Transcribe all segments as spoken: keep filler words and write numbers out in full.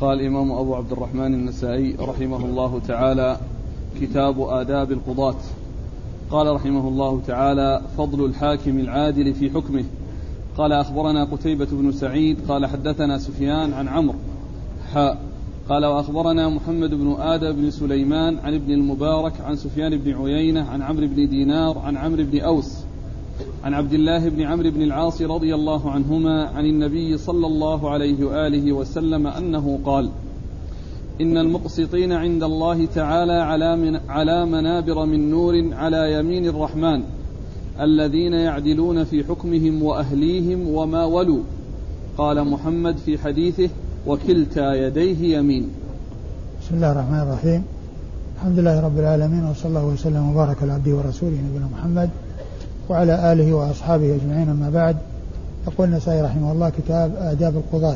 قال الإمام أبو عبد الرحمن النسائي رحمه الله تعالى: كتاب آداب القضاة. قال رحمه الله تعالى: فضل الحاكم العادل في حكمه. قال: أخبرنا قتيبة بن سعيد قال حدثنا سفيان عن عمرو حاء قال: وأخبرنا محمد بن آدم بن سليمان عن ابن المبارك عن سفيان بن عيينة عن عمرو بن دينار عن عمرو بن أوس عن عبد الله بن عمرو بن العاص رضي الله عنهما عن النبي صلى الله عليه وآله وسلم أنه قال: إن المقسطين عند الله تعالى على, من على منابر من نور على يمين الرحمن الذين يعدلون في حكمهم وأهليهم وما ولوا. قال محمد في حديثه: وكلتا يديه يمين. بسم الله الرحمن الرحيم. الحمد لله رب العالمين، وصلى الله وسلم وبارك على عبده ورسوله نبينا محمد وعلى آله وأصحابه أجمعين، أما بعد. يقول النسائي رحمه الله: كتاب آداب القضاة.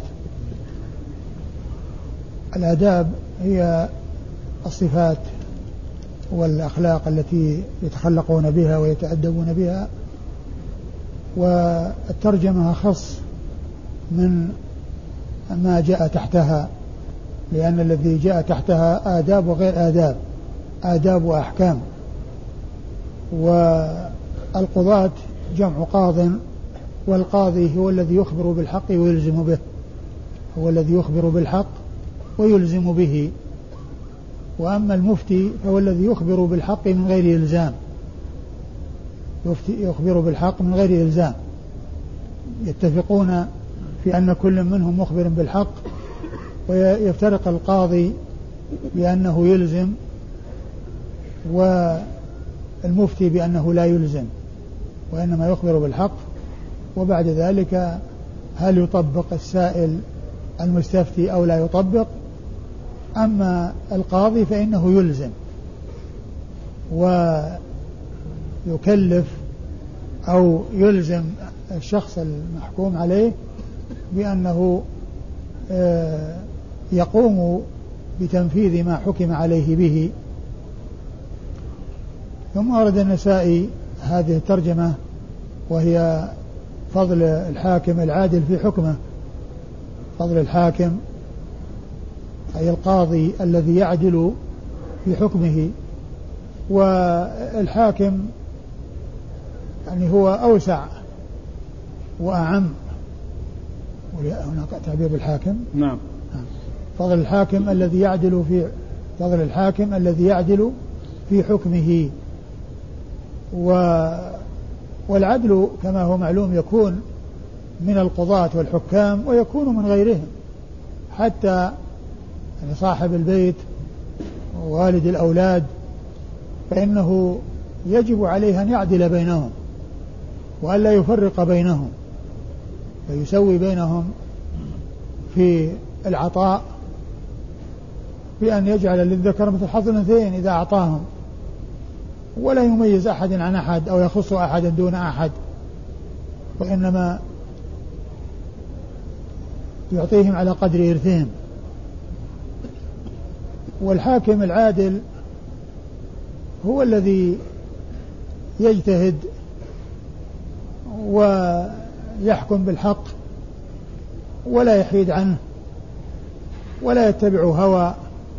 الآداب هي الصفات والأخلاق التي يتخلقون بها ويتأدبون بها، والترجمة خص من ما جاء تحتها، لأن الذي جاء تحتها آداب وغير آداب، آداب وأحكام. والقضاة جمع قاض، والقاضي هو الذي يخبر بالحق ويلزم به، هو الذي يخبر بالحق ويلزم به. وأما المفتي فهو الذي يخبر بالحق من غير إلزام، يخبر بالحق من غير إلزام. يتفقون في أن كل منهم مخبر بالحق، ويفترق القاضي بأنه يلزم، والمفتي بأنه لا يلزم وإنما يخبر بالحق. وبعد ذلك هل يطبق السائل المستفتي أو لا يطبق؟ أما القاضي فإنه يلزم ويكلف أو يلزم الشخص المحكوم عليه بأنه يقوم بتنفيذ ما حكم عليه به. ثم ورد النسائي هذه الترجمة، وهي فضل الحاكم العادل في حكمه. فضل الحاكم أي القاضي الذي يعدل في حكمه. والحاكم يعني هو أوسع وأعم. هناك تعبير بالحاكم. نعم. فضل الحاكم الذي يعدل في فضل الحاكم الذي يعدل في حكمه. و والعدل كما هو معلوم يكون من القضاة والحكام، ويكون من غيرهم، حتى يعني صاحب البيت ووالد الأولاد فإنه يجب عليه أن يعدل بينهم وألا يفرق بينهم، فيسوي بينهم في العطاء بأن يجعل للذكر مثل حظ الأنثيين إذا أعطاهم، ولا يميز أحد عن أحد أو يخص أحدا دون أحد، وإنما يعطيهم على قدر إرثهم. والحاكم العادل هو الذي يجتهد ويحكم بالحق ولا يحيد عنه ولا يتبع هوى.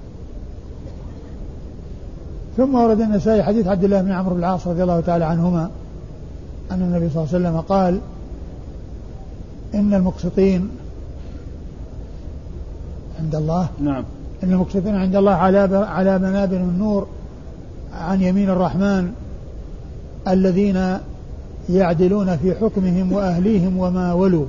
ثم ورد النسائي حديث عبد الله بن عمرو بن العاص رضي الله تعالى عنهما أن النبي صلى الله عليه وسلم قال: إن المقسطين عند الله نعم إن المقسطين عند الله على على منابر من نور عن يمين الرحمن الذين يعدلون في حكمهم وأهليهم وما ولوا.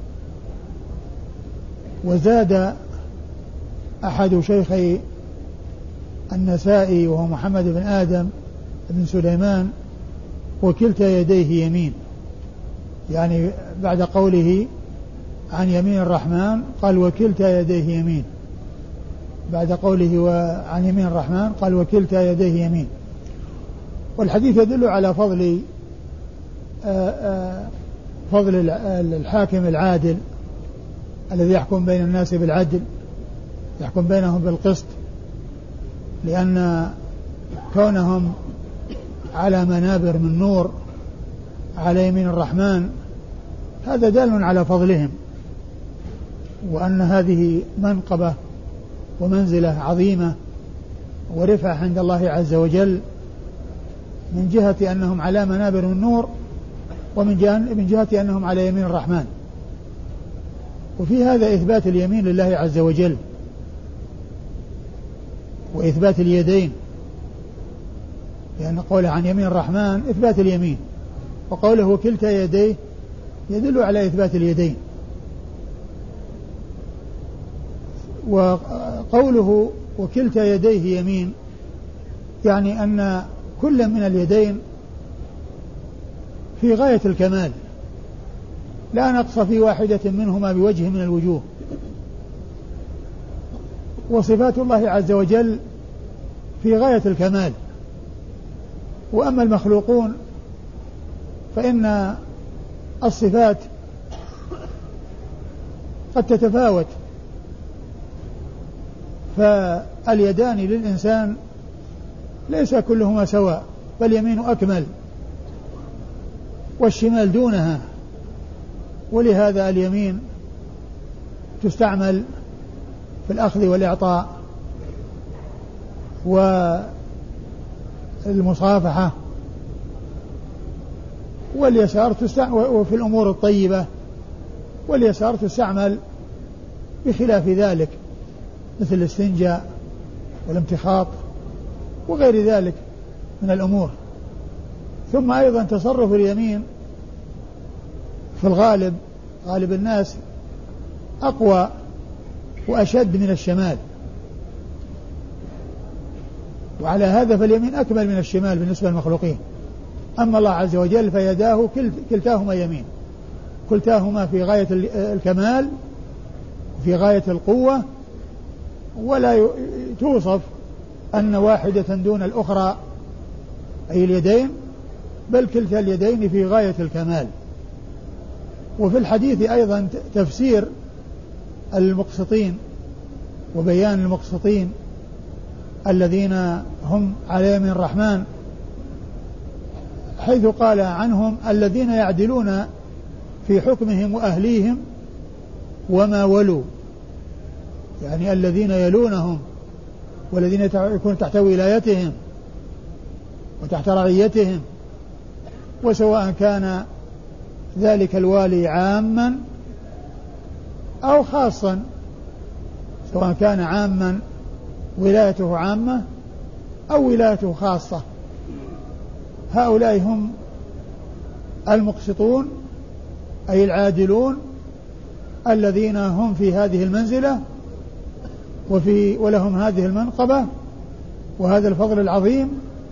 وزاد أحد شيخي النسائي وهو محمد بن آدم بن سليمان: وكلتا يديه يمين، يعني بعد قوله عن يمين الرحمن قال: وكلتا يديه يمين، بعد قوله وعن يمين الرحمن قال: وكلتا يديه يمين. والحديث يدل على فضل آآ آآ فضل الحاكم العادل الذي يحكم بين الناس بالعدل، يحكم بينهم بالقسط، لأن كونهم على منابر من نور على يمين الرحمن هذا دال على فضلهم، وأن هذه منقبة ومنزلة عظيمة ورفعة عند الله عز وجل، من جهة أنهم على منابر من نور، ومن جهة أنهم على يمين الرحمن. وفي هذا إثبات اليمين لله عز وجل وإثبات اليدين، لأن قوله عن يمين الرحمن إثبات اليمين، وقوله وكلتا يديه يدل على إثبات اليدين. وقوله وكلتا يديه يمين يعني أن كل من اليدين في غاية الكمال، لا نقص في واحدة منهما بوجه من الوجوه. وصفات الله عز وجل في غاية الكمال. وأما المخلوقون فإن الصفات قد تتفاوت، فاليدان للإنسان ليس كلهما سواء، فاليمين أكمل والشمال دونها، ولهذا اليمين تستعمل في الأخذ والإعطاء والمصافحة، واليسار تستعمل وفي الأمور الطيبة، واليسار تستعمل بخلاف ذلك مثل الاستنجاء والامتخاط وغير ذلك من الأمور. ثم أيضا تصرف اليمين في الغالب غالب الناس أقوى وأشد من الشمال، وعلى هذا فاليمين أكمل من الشمال بالنسبة للمخلوقين. أما الله عز وجل فيداه كلتاهما يمين، كلتاهما في غاية الكمال في غاية القوة، ولا توصف أن واحدة دون الأخرى أي اليدين، بل كلتا اليدين في غاية الكمال. وفي الحديث أيضا تفسير المقسطين وبيان المقسطين الذين هم على يمين الرحمن، حيث قال عنهم الذين يعدلون في حكمهم وأهليهم وما ولوا، يعني الذين يلونهم والذين يكون تحت ولايتهم وتحت رعيتهم، وسواء كان ذلك الوالي عاما أو خاصا، سواء كان عاما ولايته عامة أو ولايته خاصة، هؤلاء هم المقسطون أي العادلون الذين هم في هذه المنزلة وفي ولهم هذه المنقبة وهذا الفضل العظيم.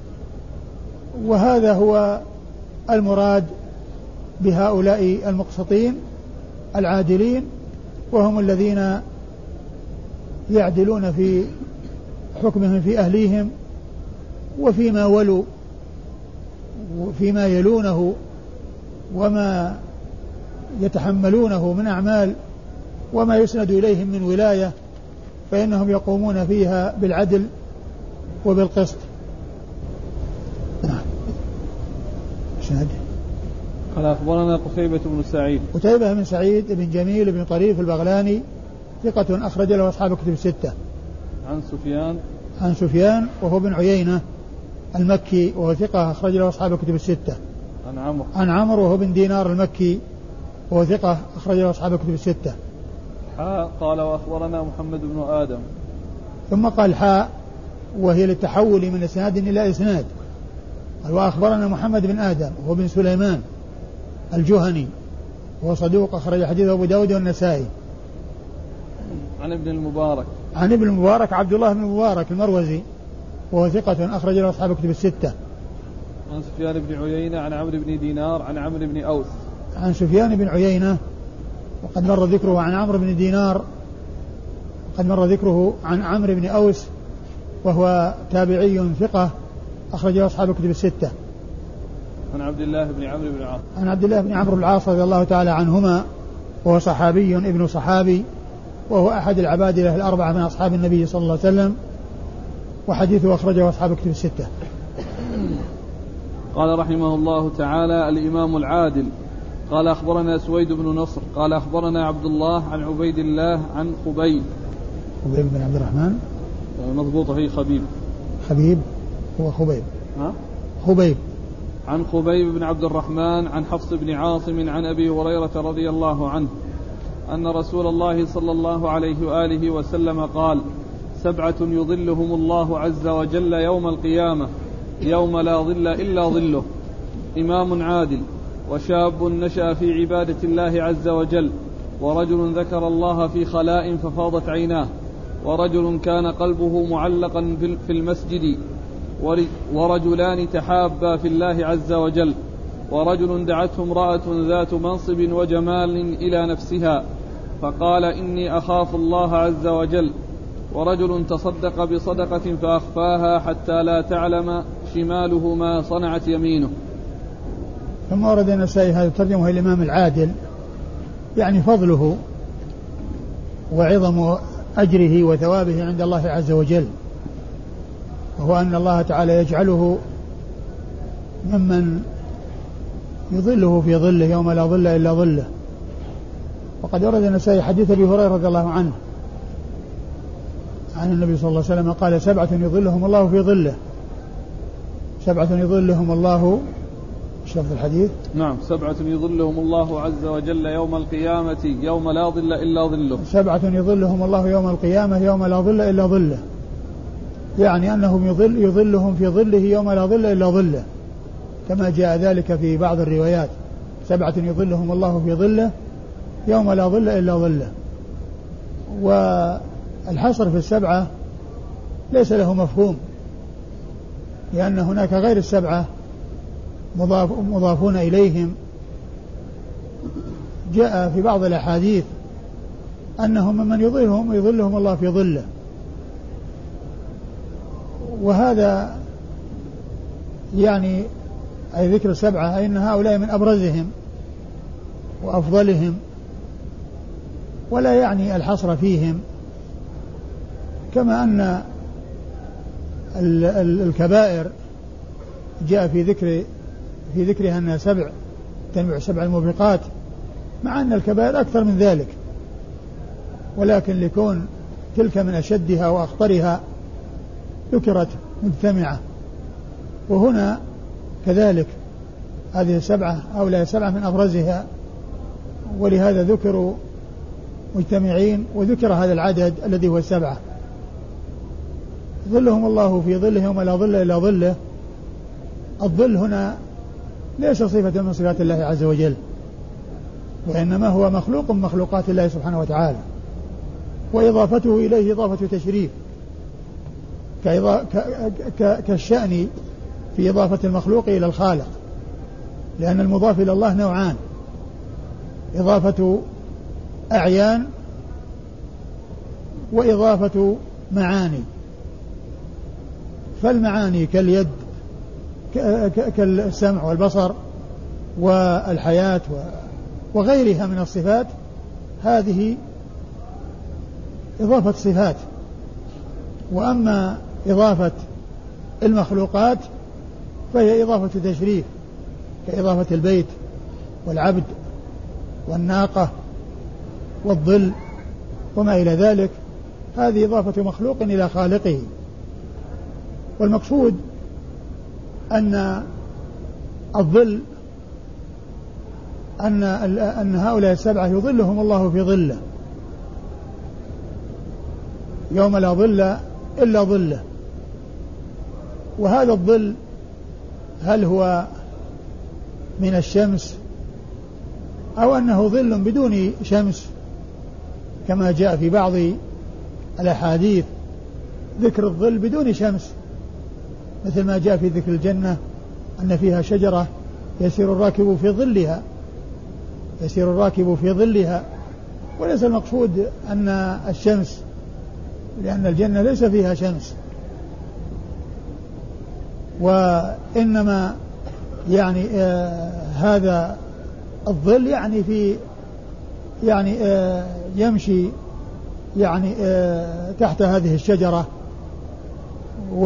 وهذا هو المراد بهؤلاء المقسطين العادلين، وهم الذين يعدلون في حكمهم في أهليهم وفيما ولوا وفيما يلونه وما يتحملونه من أعمال وما يسند إليهم من ولاية، فإنهم يقومون فيها بالعدل وبالقسط. قال أخبرنا قتيبة بن سعيد. قتيبة بن سعيد بن جميل بن طريف البغلاني ثقة أخرج له أصحاب كتب الستة. عن سفيان. عن سفيان وهو بن عيينة المكي وهو ثقة أخرج له أصحاب كتب الستة. عن عمرو. عن عمرو وهو بن دينار المكي وهو ثقة أخرج له أصحاب كتب الستة. حاء قال وأخبرنا محمد بن آدم. ثم قال حاء وهي للتحول من إسناد إلى إسناد. وأخبرنا محمد بن آدم وهو بن سليمان الجهني وهو صدوق أخرج حديثه أبو داود والنسائي. عن ابن المبارك. عن ابن المبارك عبد الله بن المبارك المروزي وهو ثقة أخرج له أصحاب كتب الستة. عن سفيان بن عيينة عن عمرو بن دينار عن عمرو بن أوس. عن سفيان بن عيينة وقد مر ذكره عن عمرو بن دينار، وقد مر ذكره عن عمرو بن أوس وهو تابعي ثقة أخرج له أصحاب كتب الستة. عن عبد الله بن عمرو بن العاص. عن عبد الله بن عمرو بن العاص رضي الله تعالى عنهما وهو صحابي ابن صحابي وهو أحد العبادلة الأربعة من أصحاب النبي صلى الله عليه وسلم، وحديثه أخرجه أصحاب كتب الستة. قال رحمه الله تعالى الإمام العادل. قال أخبرنا سويد بن نصر قال أخبرنا عبد الله عن عبيد الله عن خبيب خبيب بن عبد الرحمن مضبوطة هي خبيب خبيب هو خبيب ها؟ خبيب عن خبيب بن عبد الرحمن عن حفص بن عاصم عن أبي هريرة رضي الله عنه أن رسول الله صلى الله عليه وآله وسلم قال: سبعة يظلهم الله عز وجل يوم القيامة يوم لا ظل إلا ظله: إمام عادل، وشاب نشأ في عبادة الله عز وجل، ورجل ذكر الله في خلاء ففاضت عيناه، ورجل كان قلبه معلقا في المسجد، ورجلان تحابا في الله عز وجل، ورجل دعته امرأة ذات منصب وجمال إلى نفسها فقال: إني أخاف الله عز وجل، ورجل تصدق بصدقة فأخفاها حتى لا تعلم شماله ما صنعت يمينه. ثم ورد النسائي هذا ترجمه الإمام العادل، يعني فضله وعظم أجره وثوابه عند الله عز وجل، وهو أن الله تعالى يجعله ممن يظله في ظله يوم لا ظل إلا ظله. وقد ورد النسائي حديث أبي هريرة رضي الله عنه عن النبي صلى الله عليه وسلم قال: سبعة يظلهم الله في ظله. سبعة يظلهم الله، شوف الحديث. نعم، سبعة يظلهم الله عز وجل يوم القيامة يوم لا ظل إلا ظله. سبعة يظلهم الله يوم القيامة يوم لا ظل إلا ظله، يعني أنهم يظل يظلهم في ظله يوم لا ظل إلا ظله، كما جاء ذلك في بعض الروايات: سبعة يظلهم الله في ظله يوم لا ظل إلا ظله. والحصر في السبعة ليس له مفهوم، لأن هناك غير السبعة مضاف مضافون إليهم. جاء في بعض الأحاديث أنهم من يظلهم يظلهم الله في ظله، وهذا يعني أي ذكر السبعة أي أن هؤلاء من أبرزهم وأفضلهم، ولا يعني الحصر فيهم، كما أن الكبائر جاء في ذكر في ذكرها أنها سبع تنبع سبع الموبقات، مع أن الكبائر أكثر من ذلك، ولكن لكون تلك من أشدها وأخطرها ذكرت مجتمعة. وهنا كذلك هذه السبعة أو لا سبعة من أبرزها، ولهذا ذكروا مجتمعين وذكر هذا العدد الذي هو السبعة. ظلهم الله في ظله يوم لا ظل إلا ظله. الظل هنا ليس صفة من صفات الله عز وجل، وإنما هو مخلوق من مخلوقات الله سبحانه وتعالى، وإضافته إليه إضافة تشريف كالشأن في إضافة المخلوق إلى الخالق، لأن المضاف إلى الله نوعان: إضافة أعيان وإضافة معاني. فالمعاني كاليد كالسمع والبصر والحياة وغيرها من الصفات، هذه إضافة صفات. وأما إضافة المخلوقات فهي إضافة تشريف، كإضافة البيت والعبد والناقة والظل وما إلى ذلك، هذه إضافة مخلوق إلى خالقه. والمقصود أن الظل أن أن هؤلاء السبعة يظلهم الله في ظله يوم لا ظل إلا ظله. وهذا الظل هل هو من الشمس أو أنه ظل بدون شمس، كما جاء في بعض الأحاديث ذكر الظل بدون شمس، مثل ما جاء في ذكر الجنة أن فيها شجرة يسير الراكب في ظلها يسير الراكب في ظلها وليس المقصود أن الشمس، لأن الجنة ليس فيها شمس، وإنما يعني آه هذا الظل يعني في يعني آه يمشي يعني آه تحت هذه الشجرة. و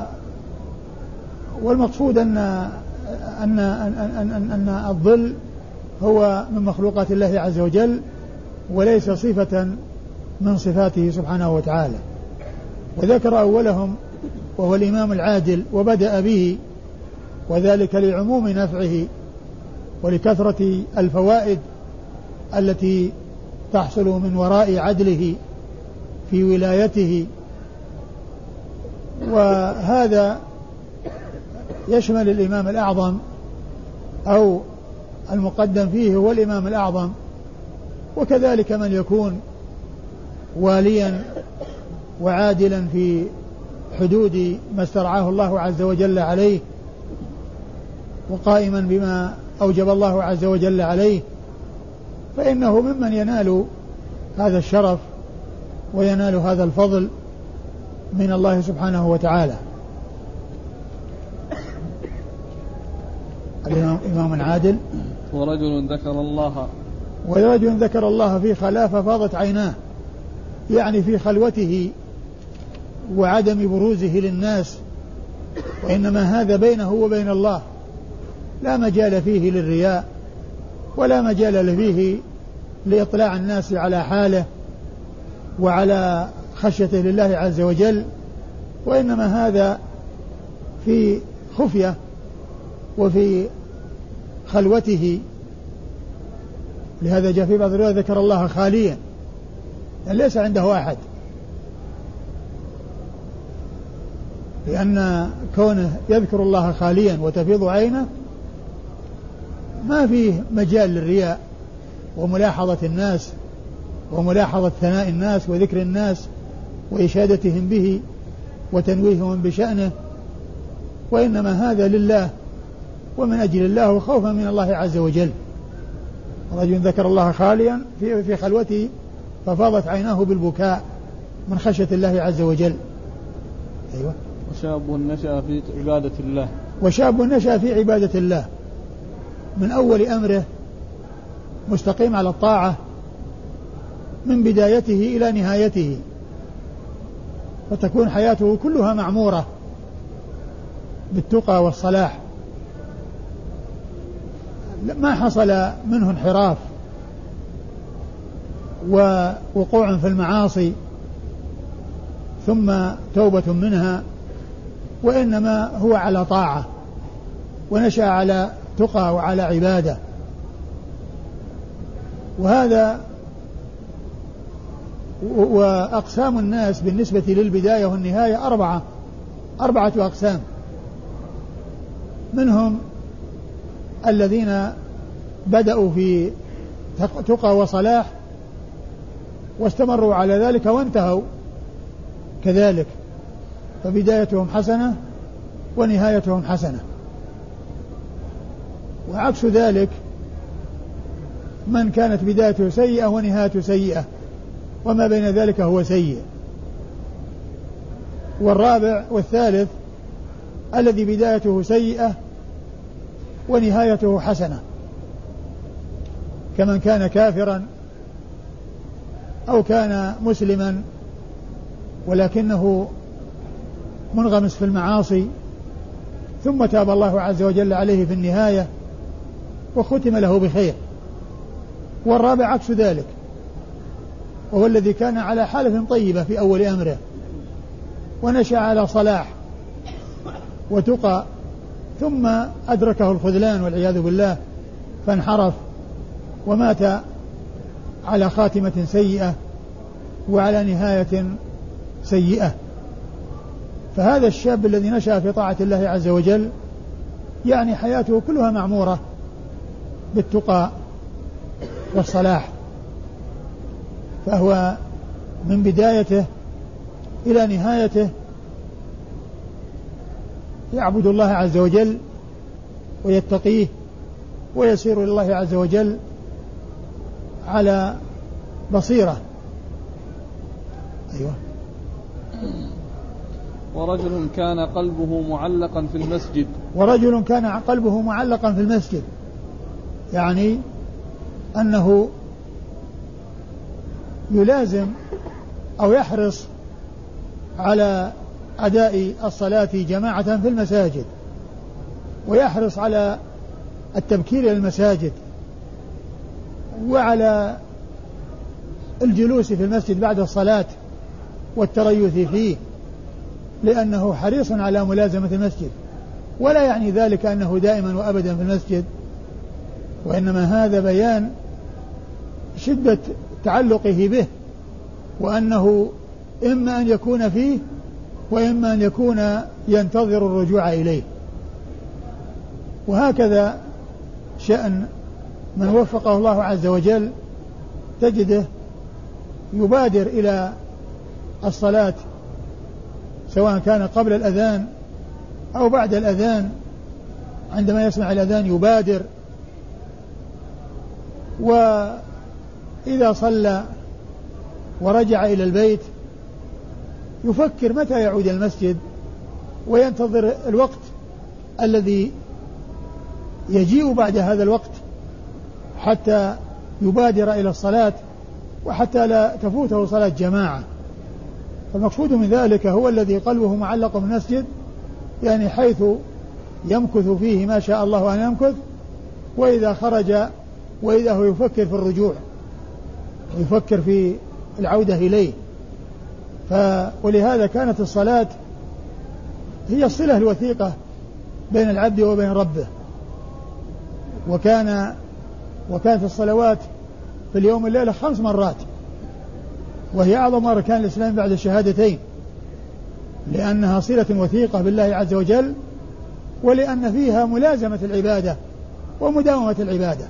والمقصود أن أن أن أن, أن الظل هو من مخلوقات الله عز وجل، وليس صفة من صفاته سبحانه وتعالى. وذكر أولهم وهو الإمام العادل وبدأ به، وذلك لعموم نفعه ولكثرة الفوائد التي تحصل من وراء عدله في ولايته. وهذا يشمل الإمام الأعظم أو المقدم فيه هو الإمام الأعظم، وكذلك من يكون واليا وعادلا في حدود ما استرعاه الله عز وجل عليه، وقائما بما أوجب الله عز وجل عليه، فإنه ممن ينال هذا الشرف وينال هذا الفضل من الله سبحانه وتعالى. الإمام عادل ورجل ذكر الله ورجل ذكر الله في خلاء ففاضت عيناه، يعني في خلوته وعدم بروزه للناس، وإنما هذا بينه وبين الله، لا مجال فيه للرياء ولا مجال فيه لإطلاع الناس على حاله وعلى خشيته لله عز وجل، وإنما هذا في خفية وفي خلوته. لهذا جاء في بعض الروايات ذكر الله خاليا، يعني ليس عنده أحد، لأن كونه يذكر الله خاليا وتفيض عينه ما فيه مجال للرياء وملاحظة الناس وملاحظة ثناء الناس وذكر الناس وإشادتهم به وتنويههم بشأنه، وإنما هذا لله ومن أجل الله وخوفا من الله عز وجل. رجل ذكر الله خاليا في, في خلوته ففاضت عيناه بالبكاء من خشية الله عز وجل. أيوة. وشاب نشأ في عبادة الله وشاب نشأ في عبادة الله من أول أمره مستقيم على الطاعة من بدايته إلى نهايته، فتكون حياته كلها معمورة بالتقى والصلاح، ما حصل منه انحراف ووقوع في المعاصي ثم توبة منها، وإنما هو على طاعة ونشأ على تقى وعلى عبادة. وهذا وأقسام الناس بالنسبة للبداية والنهاية أربعة أربعة أقسام، منهم الذين بدأوا في تقى وصلاح واستمروا على ذلك وانتهوا كذلك، فبدايتهم حسنة ونهايتهم حسنة. وعكس ذلك من كانت بدايته سيئة ونهايته سيئة وما بين ذلك هو سيء. والرابع والثالث الذي بدايته سيئة ونهايته حسنة، كمن كان كافرا أو كان مسلما ولكنه منغمس في المعاصي ثم تاب الله عز وجل عليه في النهاية وختم له بخير. والرابع عكس ذلك، وهو الذي كان على حالة طيبة في أول أمره ونشأ على صلاح وتقى ثم أدركه الخذلان والعياذ بالله فانحرف ومات على خاتمة سيئة وعلى نهاية سيئة. فهذا الشاب الذي نشأ في طاعة الله عز وجل يعني حياته كلها معمورة بالتقى والصلاح، فهو من بدايته إلى نهايته يعبد الله عز وجل ويتقيه ويسير إلى الله عز وجل على بصيرة. أيوة. ورجل كان قلبه معلقا في المسجد ورجل كان قلبه معلقا في المسجد، يعني أنه يلازم أو يحرص على أداء الصلاة جماعة في المساجد، ويحرص على التبكير إلى المساجد وعلى الجلوس في المسجد بعد الصلاة والتريث فيه، لأنه حريص على ملازمة المسجد، ولا يعني ذلك أنه دائما وأبدا في المسجد، وإنما هذا بيان شدة تعلقه به، وأنه إما أن يكون فيه وإما أن يكون ينتظر الرجوع إليه. وهكذا شأن من وفقه الله عز وجل، تجده يبادر إلى الصلاة سواء كان قبل الأذان أو بعد الأذان، عندما يسمع الأذان يبادر، وإذا صلى ورجع إلى البيت يفكر متى يعود المسجد، وينتظر الوقت الذي يجيء بعد هذا الوقت حتى يبادر إلى الصلاة، وحتى لا تفوته صلاة جماعة. فالمقصود من ذلك هو الذي قلبه معلق بالمسجد، يعني حيث يمكث فيه ما شاء الله أن يمكث، وإذا خرج وإذا هو يفكر في الرجوع ويفكر في العودة إليه. ف... ولهذا كانت الصلاة هي الصلة الوثيقة بين العبد وبين ربه. وكان وكانت الصلوات في اليوم والليلة خمس مرات، وهي أعظم أركان الإسلام بعد الشهادتين، لأنها صلة وثيقة بالله عز وجل، ولأن فيها ملازمة العبادة ومداومة العبادة.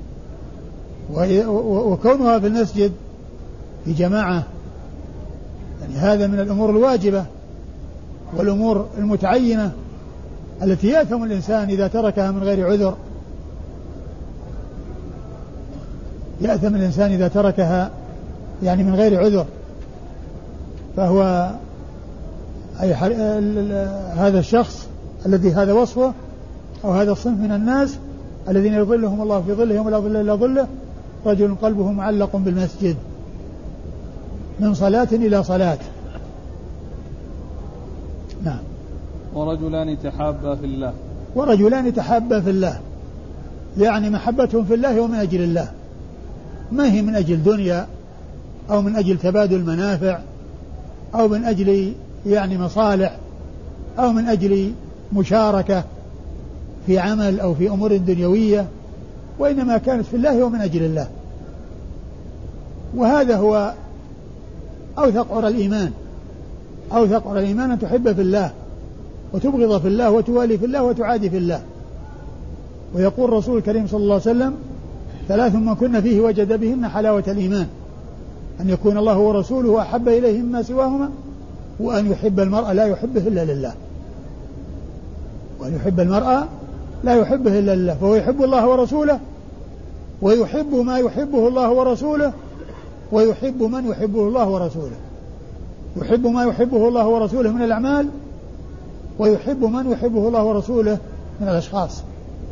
وكونها في المسجد في جماعة، يعني هذا من الأمور الواجبة والأمور المتعينة التي يأثم الإنسان إذا تركها من غير عذر، يأثم الإنسان إذا تركها يعني من غير عذر. فهو أي هذا الشخص الذي هذا وصفه أو هذا الصنف من الناس الذين يظلهم الله في ظله يوم لا ظل إلا ظله، رجل قلبه معلق بالمسجد من صلاة إلى صلاة. نعم. ورجلان تحابا في الله. ورجلان تحابا في الله، يعني محبتهم في الله ومن أجل الله، ما هي من أجل دنيا أو من أجل تبادل منافع أو من أجل يعني مصالح أو من أجل مشاركة في عمل أو في أمور دنيوية، وإنما كانت في الله ومن أجل الله. وهذا هو أوثق عرى الإيمان. أوثق عرى الإيمان أن تحب في الله وتبغض في الله وتوالي في الله وتعادي في الله. ويقول الرسول الكريم صلى الله عليه وسلم: ثلاث من كن فيه وجد بهن حلاوة الإيمان: أن يكون الله ورسوله أحب إليه مما سواهما، وأن يحب المرء لا يحبه إلا لله. وأن يحب المرء لا يحبه إلا لله، فهو يحب الله ورسوله، ويحب ما يحبه الله ورسوله، ويحب من يحبه الله ورسوله. يحب ما يحبه الله ورسوله من الأعمال، ويحب من يحبه الله ورسوله من الأشخاص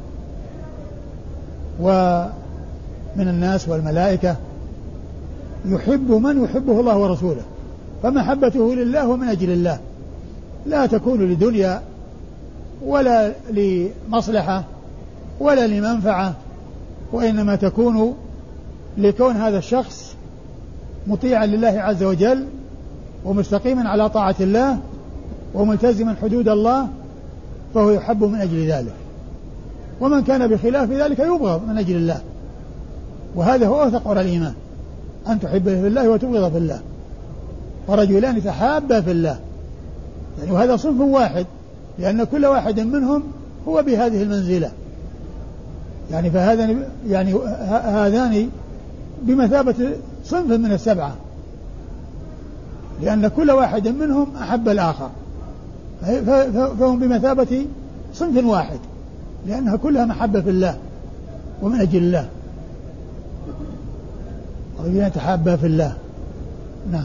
ومن الناس والملائكة. يحب من يحبه الله ورسوله، فمحبته لله ومن أجل الله لا تكون لدنيا ولا لمصلحة ولا لمنفعة، وإنما تكون لكون هذا الشخص مطيعا لله عز وجل ومستقيما على طاعة الله وملتزما حدود الله، فهو يحب من أجل ذلك. ومن كان بخلاف ذلك يبغض من أجل الله. وهذا هو أوثق عرى الإيمان، أن تحب في الله وتبغض في الله. ورجلان تحابا في الله، يعني وهذا صنف واحد، لأن كل واحد منهم هو بهذه المنزلة، يعني فهذان يعني هذان بمثابة صنف من السبعة، لأن كل واحد منهم أحب الآخر، فهم بمثابة صنف واحد، لأنها كلها محبة في الله ومن أجل الله. رجلان تحابا في الله. نعم.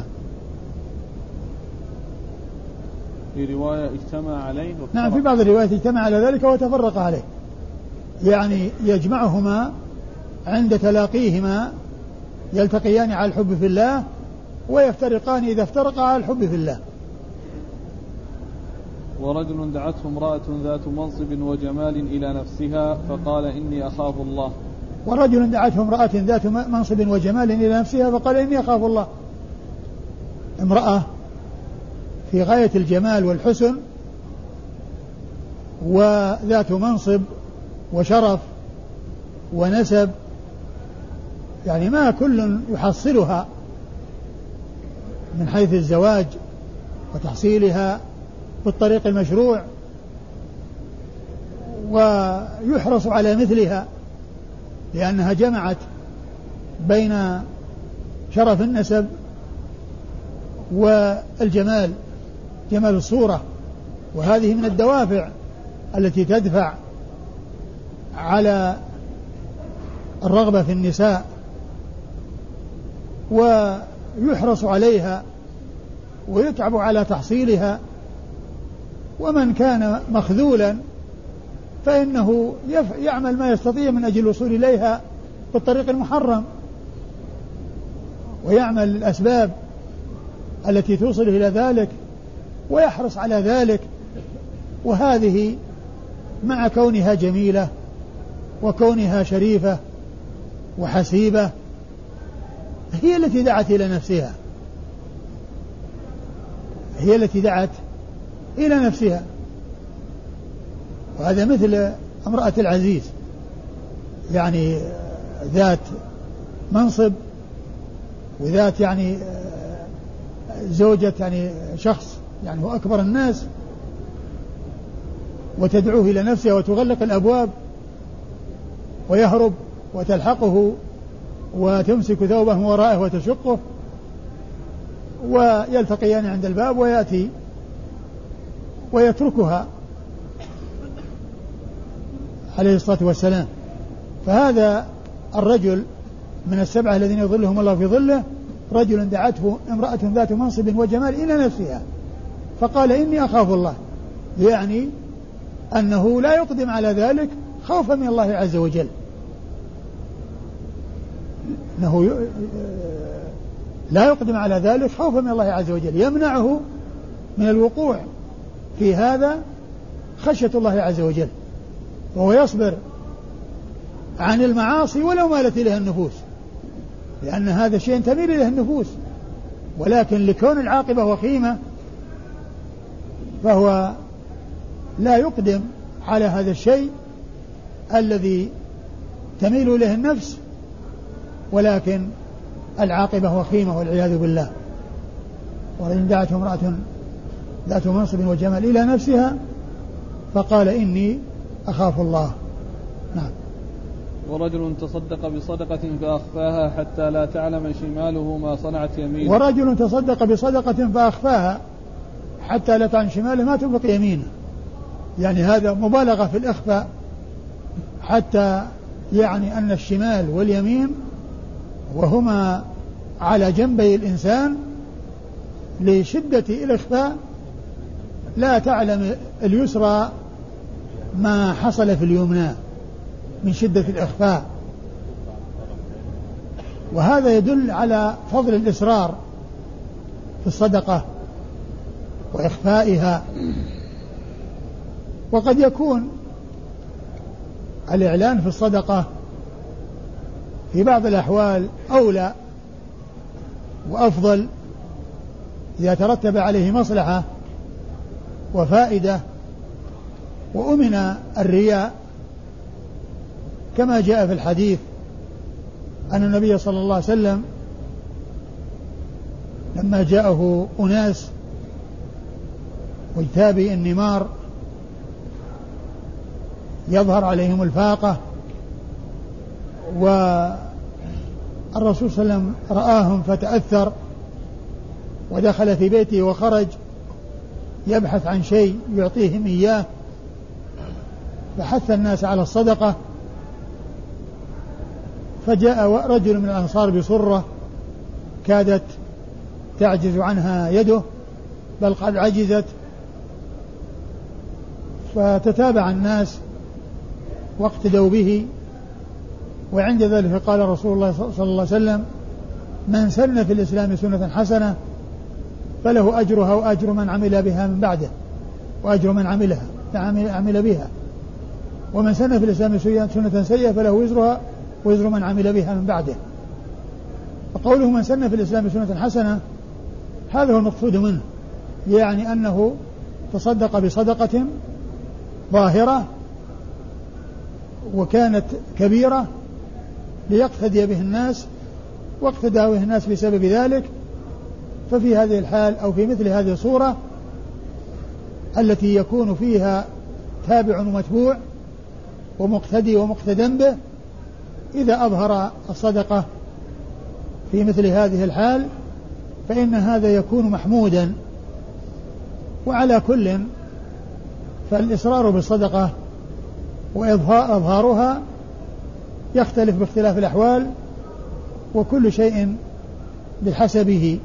في رواية اجتمع عليه. نعم، في بعض الروايات اجتمع على ذلك وتفرق عليه، يعني يجمعهما عند تلاقيهما، يلتقيان على الحب في الله ويفترقان إذا افترقا على الحب في الله. ورجل دعته امرأة ذات منصب وجمال إلى نفسها فقال: إني أخاف الله، ورجل دعته امرأة ذات منصب وجمال إلى نفسها فقال إني أخاف الله. امرأة في غاية الجمال والحسن وذات منصب وشرف ونسب، يعني ما كل يحصلها من حيث الزواج وتحصيلها بالطريق المشروع، ويحرص على مثلها لأنها جمعت بين شرف النسب والجمال، جمال الصورة، وهذه من الدوافع التي تدفع على الرغبة في النساء ويحرص عليها ويتعب على تحصيلها. ومن كان مخذولا فإنه يعمل ما يستطيع من أجل الوصول إليها بالطريق المحرم، ويعمل الأسباب التي توصل إلى ذلك ويحرص على ذلك. وهذه مع كونها جميلة وكونها شريفة وحسيبة هي التي دعت إلى نفسها، هي التي دعت إلى نفسها. وهذا مثل امرأة العزيز، يعني ذات منصب وذات يعني زوجة يعني شخص يعني هو أكبر الناس، وتدعوه إلى نفسها وتغلق الأبواب ويهرب وتلحقه وتمسك ثوبه ورائه وتشقه ويلتقيان عند الباب ويأتي ويتركها عليه الصلاة والسلام. فهذا الرجل من السبعة الذين يظلهم الله في ظله رجل دعته امرأة ذات منصب وجمال إلى نفسها فقال إني أخاف الله، يعني أنه لا يقدم على ذلك خوفا من الله عز وجل، أنه لا يقدم على ذلك خوفا من الله عز وجل، يمنعه من الوقوع في هذا خشية الله عز وجل، وهو يصبر عن المعاصي ولو مالت إليها النفوس، لأن هذا شيء تميل إليه النفوس، ولكن لكون العاقبة وخيمة فهو لا يقدم على هذا الشيء الذي تميل إليه النفس، ولكن العاقبة وخيمة والعياذ بالله. وإن دعته امرأة ذات منصب وجمال إلى نفسها فقال إني أخاف الله. نعم. ورجل تصدق بصدقة فأخفاها حتى لا تعلم شماله ما صنعت يمينه. ورجل تصدق بصدقة فأخفاها حتى لا تعلم شماله ما تنفق يمينه، يعني هذا مبالغة في الإخفاء حتى يعني أن الشمال واليمين وهما على جنبي الإنسان لشدة الإخفاء لا تعلم اليسرى ما حصل في اليمنى من شدة الإخفاء. وهذا يدل على فضل الإصرار في الصدقة وإخفائها. وقد يكون الإعلان في الصدقة في بعض الأحوال أولى وأفضل إذا ترتب عليه مصلحة وفائدة وأمن الرياء، كما جاء في الحديث أن النبي صلى الله عليه وسلم لما جاءه أناس مجتابي النمار يظهر عليهم الفاقة، والرسول صلى الله عليه وسلم رآهم فتأثر ودخل في بيته وخرج يبحث عن شيء يعطيهم إياه، فحث الناس على الصدقة. فجاء رجل من الأنصار بصرة كادت تعجز عنها يده بل قد عجزت، فتتابع الناس واقتدوا به. وعند ذلك قال رسول الله صلى الله عليه وسلم: من سن في الإسلام سنة حسنة فله أجرها وأجر من عمل بها من بعده وأجر من عملها عمل بها، ومن سن في الإسلام سنة سيئة فله وزرها ووزر من عمل بها من بعده. فقوله من سن في الإسلام سنة حسنة هذا هو المقصود منه، يعني أنه تصدق بصدقة ظاهرة وكانت كبيرة ليقتدي به الناس، واقتدى به الناس بسبب ذلك. ففي هذه الحال أو في مثل هذه الصورة التي يكون فيها تابع ومتبوع ومقتدي ومقتدى به، إذا أظهر الصدقة في مثل هذه الحال فإن هذا يكون محمودا. وعلى كل فالإصرار بالصدقة وإظهارها يختلف باختلاف الأحوال، وكل شيء بحسبه.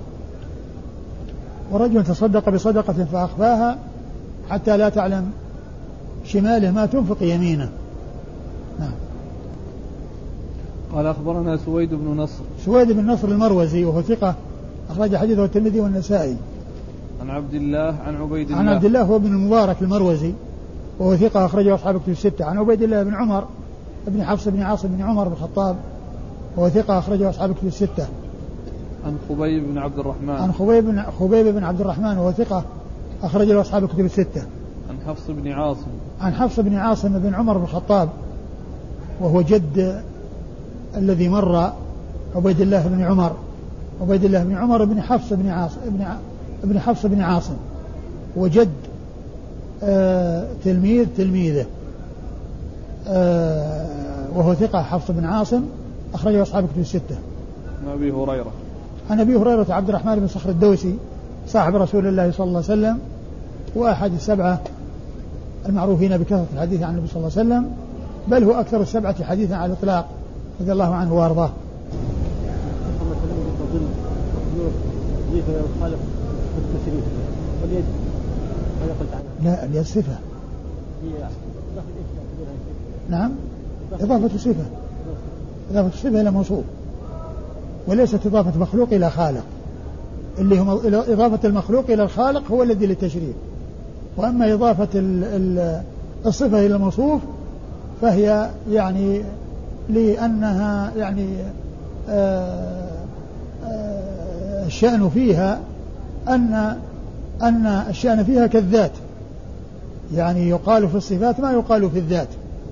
ورجل تصدق بصدقة فأخفاها حتى لا تعلم شماله ما تنفق يمينه. نعم. قال أخبرنا سويد بن نصر. سويد بن نصر المروزي وهو ثقة أخرج حديثه الترمذي والنسائي. عن عبد الله عن عبيد الله عن عبد الله هو بن المبارك المروزي وهو ثقة أخرجه أصحاب الكتب الستة. عن عبيد الله بن عمر بن حفص بن عاصم بن عمر بن الخطاب وهو ثقة أخرجه أصحاب الكتب الستة. عن خبيب بن عبد الرحمن. عن خبيب بن خبيب بن عبد الرحمن وهو ثقة أخرجه أصحاب الكتب الستة. عن حفص بن عاصم. عن حفص بن عاصم بن عمر بن الخطاب وهو جد الذي مر عبيد الله بن عمر عبيد الله بن عمر بن حفص بن عاصم بن ابن حفص بن عاصم وجد آه تلميذ تلميذه آه وهو ثقة حفص بن عاصم أخرجه أصحاب الكتب الستة. عن أبي هريرة. عن أبي هريرة عبد الرحمن بن صخر الدوسي صاحب رسول الله صلى الله عليه وسلم وأحد السبعة المعروفين بكثرة الحديث عن النبي صلى الله عليه وسلم، بل هو أكثر السبعة حديثا على الإطلاق رضي الله عنه وأرضاه. لا اليد صفة. نعم إضافة صفة إضافة صفة إلى موصوف وليست إضافة مخلوق إلى خالق. اللي هم إضافة المخلوق إلى الخالق هو الذي للتشريف، وأما إضافة الصفة إلى الموصوف فهي يعني لأنها يعني آآ آآ الشأن فيها أن أن الشأن فيها كالذات، يعني يقال في الصفات ما يقال في الذات.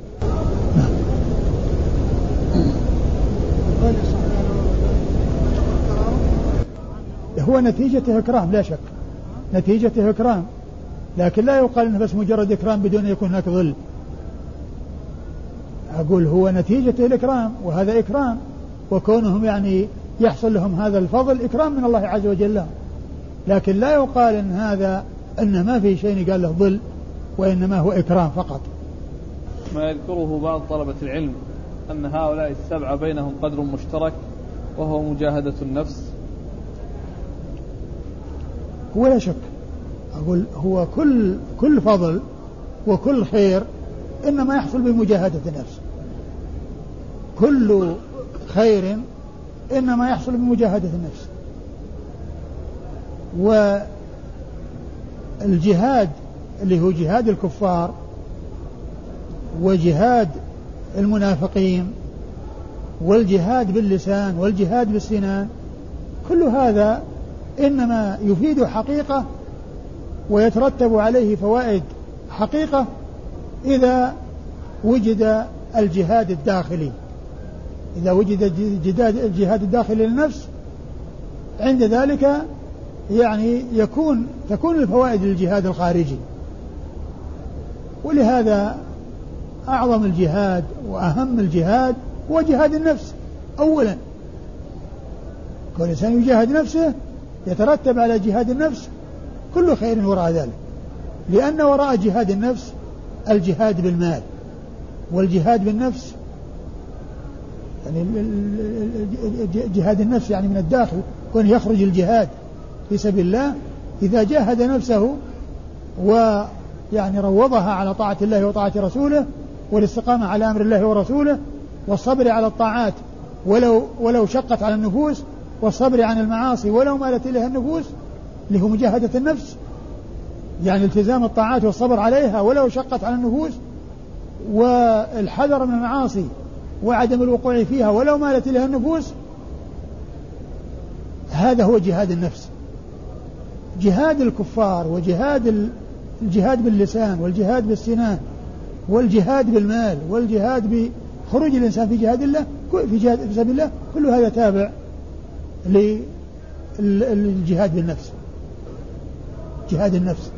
هو نتيجة إكرام لا شك، نتيجة إكرام، لكن لا يقال إنه بس مجرد إكرام بدون أن يكون هناك ظل. أقول هو نتيجة الإكرام، وهذا إكرام، وكونهم يعني يحصل لهم هذا الفضل إكرام من الله عز وجل، لكن لا يقال إن هذا إن ما في شيء قال له ظل، وإنما هو إكرام فقط. ما يذكره بعض طلبة العلم أن هؤلاء السبعة بينهم قدر مشترك وهو مجاهدة النفس. هو لا شك، أقول هو كل كل فضل وكل خير إنما يحصل بمجاهدة النفس، كل خير إنما يحصل بمجاهدة النفس. والجهاد اللي هو جهاد الكفار وجهاد المنافقين والجهاد باللسان والجهاد بالسنان، كل هذا إنما يفيد حقيقة ويترتب عليه فوائد حقيقة إذا وجد الجهاد الداخلي، إذا وجد الجهاد الداخلي للنفس، عند ذلك يعني يكون تكون الفوائد للجهاد الخارجي. ولهذا أعظم الجهاد وأهم الجهاد هو جهاد النفس أولا. كل إنسان يجاهد نفسه يترتب على جهاد النفس كل خير وراء ذلك، لأن وراء جهاد النفس الجهاد بالمال، والجهاد بالنفس يعني جهاد النفس يعني من الداخل، وأن يخرج الجهاد في سبيل الله إذا جاهد نفسه ويعني روضها على طاعة الله وطاعة رسوله والاستقامة على أمر الله ورسوله والصبر على الطاعات ولو ولو شقت على النفوس، والصبر عن المعاصي ولو مالت إليها النفوس، اللي هو مجاهدة النفس، يعني التزام الطاعات والصبر عليها ولو شقت على النفوس، والحذر من المعاصي وعدم الوقوع فيها ولو مالت إليها النفوس، هذا هو جهاد النفس. جهاد الكفار وجهاد الجهاد باللسان والجهاد بالسنان والجهاد بالمال والجهاد بخروج الإنسان في جهاد الله في جهاد في سبيل الله، كل هذا تابع للجهاد بالنفس، جهاد النفس.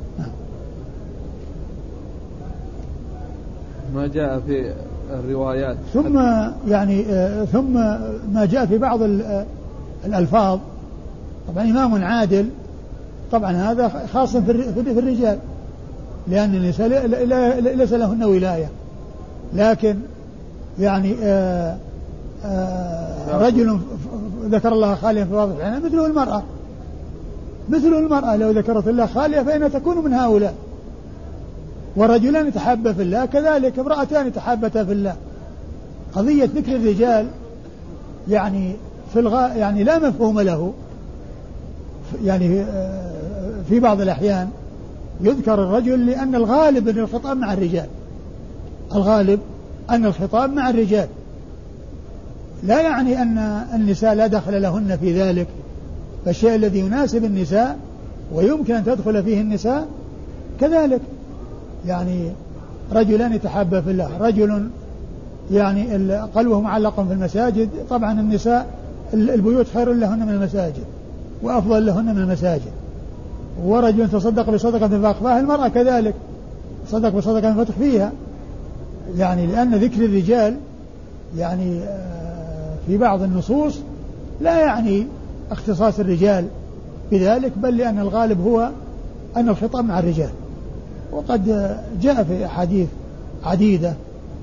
ما جاء في الروايات ثم يعني آه ثم ما جاء في بعض الألفاظ. طبعا إمام عادل طبعا هذا خاص في الرجال، لأن النساء ليس لهن ولاية، لكن يعني آآ آآ رجل ذكر الله خاليا في واضح العنان مثله المرأة، مثل المرأة لو ذكرت الله خالية فإنها تكون من هؤلاء. ورجلان يتحابا في الله كذلك امرأتان يتحابتا في الله. قضية ذكر الرجال يعني في الغا يعني لا مفهوم له، يعني في بعض الأحيان يذكر الرجل لأن الغالب أن الخطاب مع الرجال، الغالب أن الخطاب مع الرجال، لا يعني أن النساء لا دخل لهن في ذلك. فالشيء الذي يناسب النساء ويمكن أن تدخل فيه النساء كذلك، يعني رجلان يتحابا في الله، رجل يعني قلبه معلق في المساجد. طبعا النساء البيوت خير لهن من المساجد وأفضل لهن من المساجد. ورجل تصدق بصدقة فأخفاها، المرأة كذلك صدق بصدقة فتخ فيها، يعني لأن ذكر الرجال يعني في بعض النصوص لا يعني اختصاص الرجال بذلك، بل لأن الغالب هو أن الخطاب مع الرجال. وقد جاء في أحاديث عديدة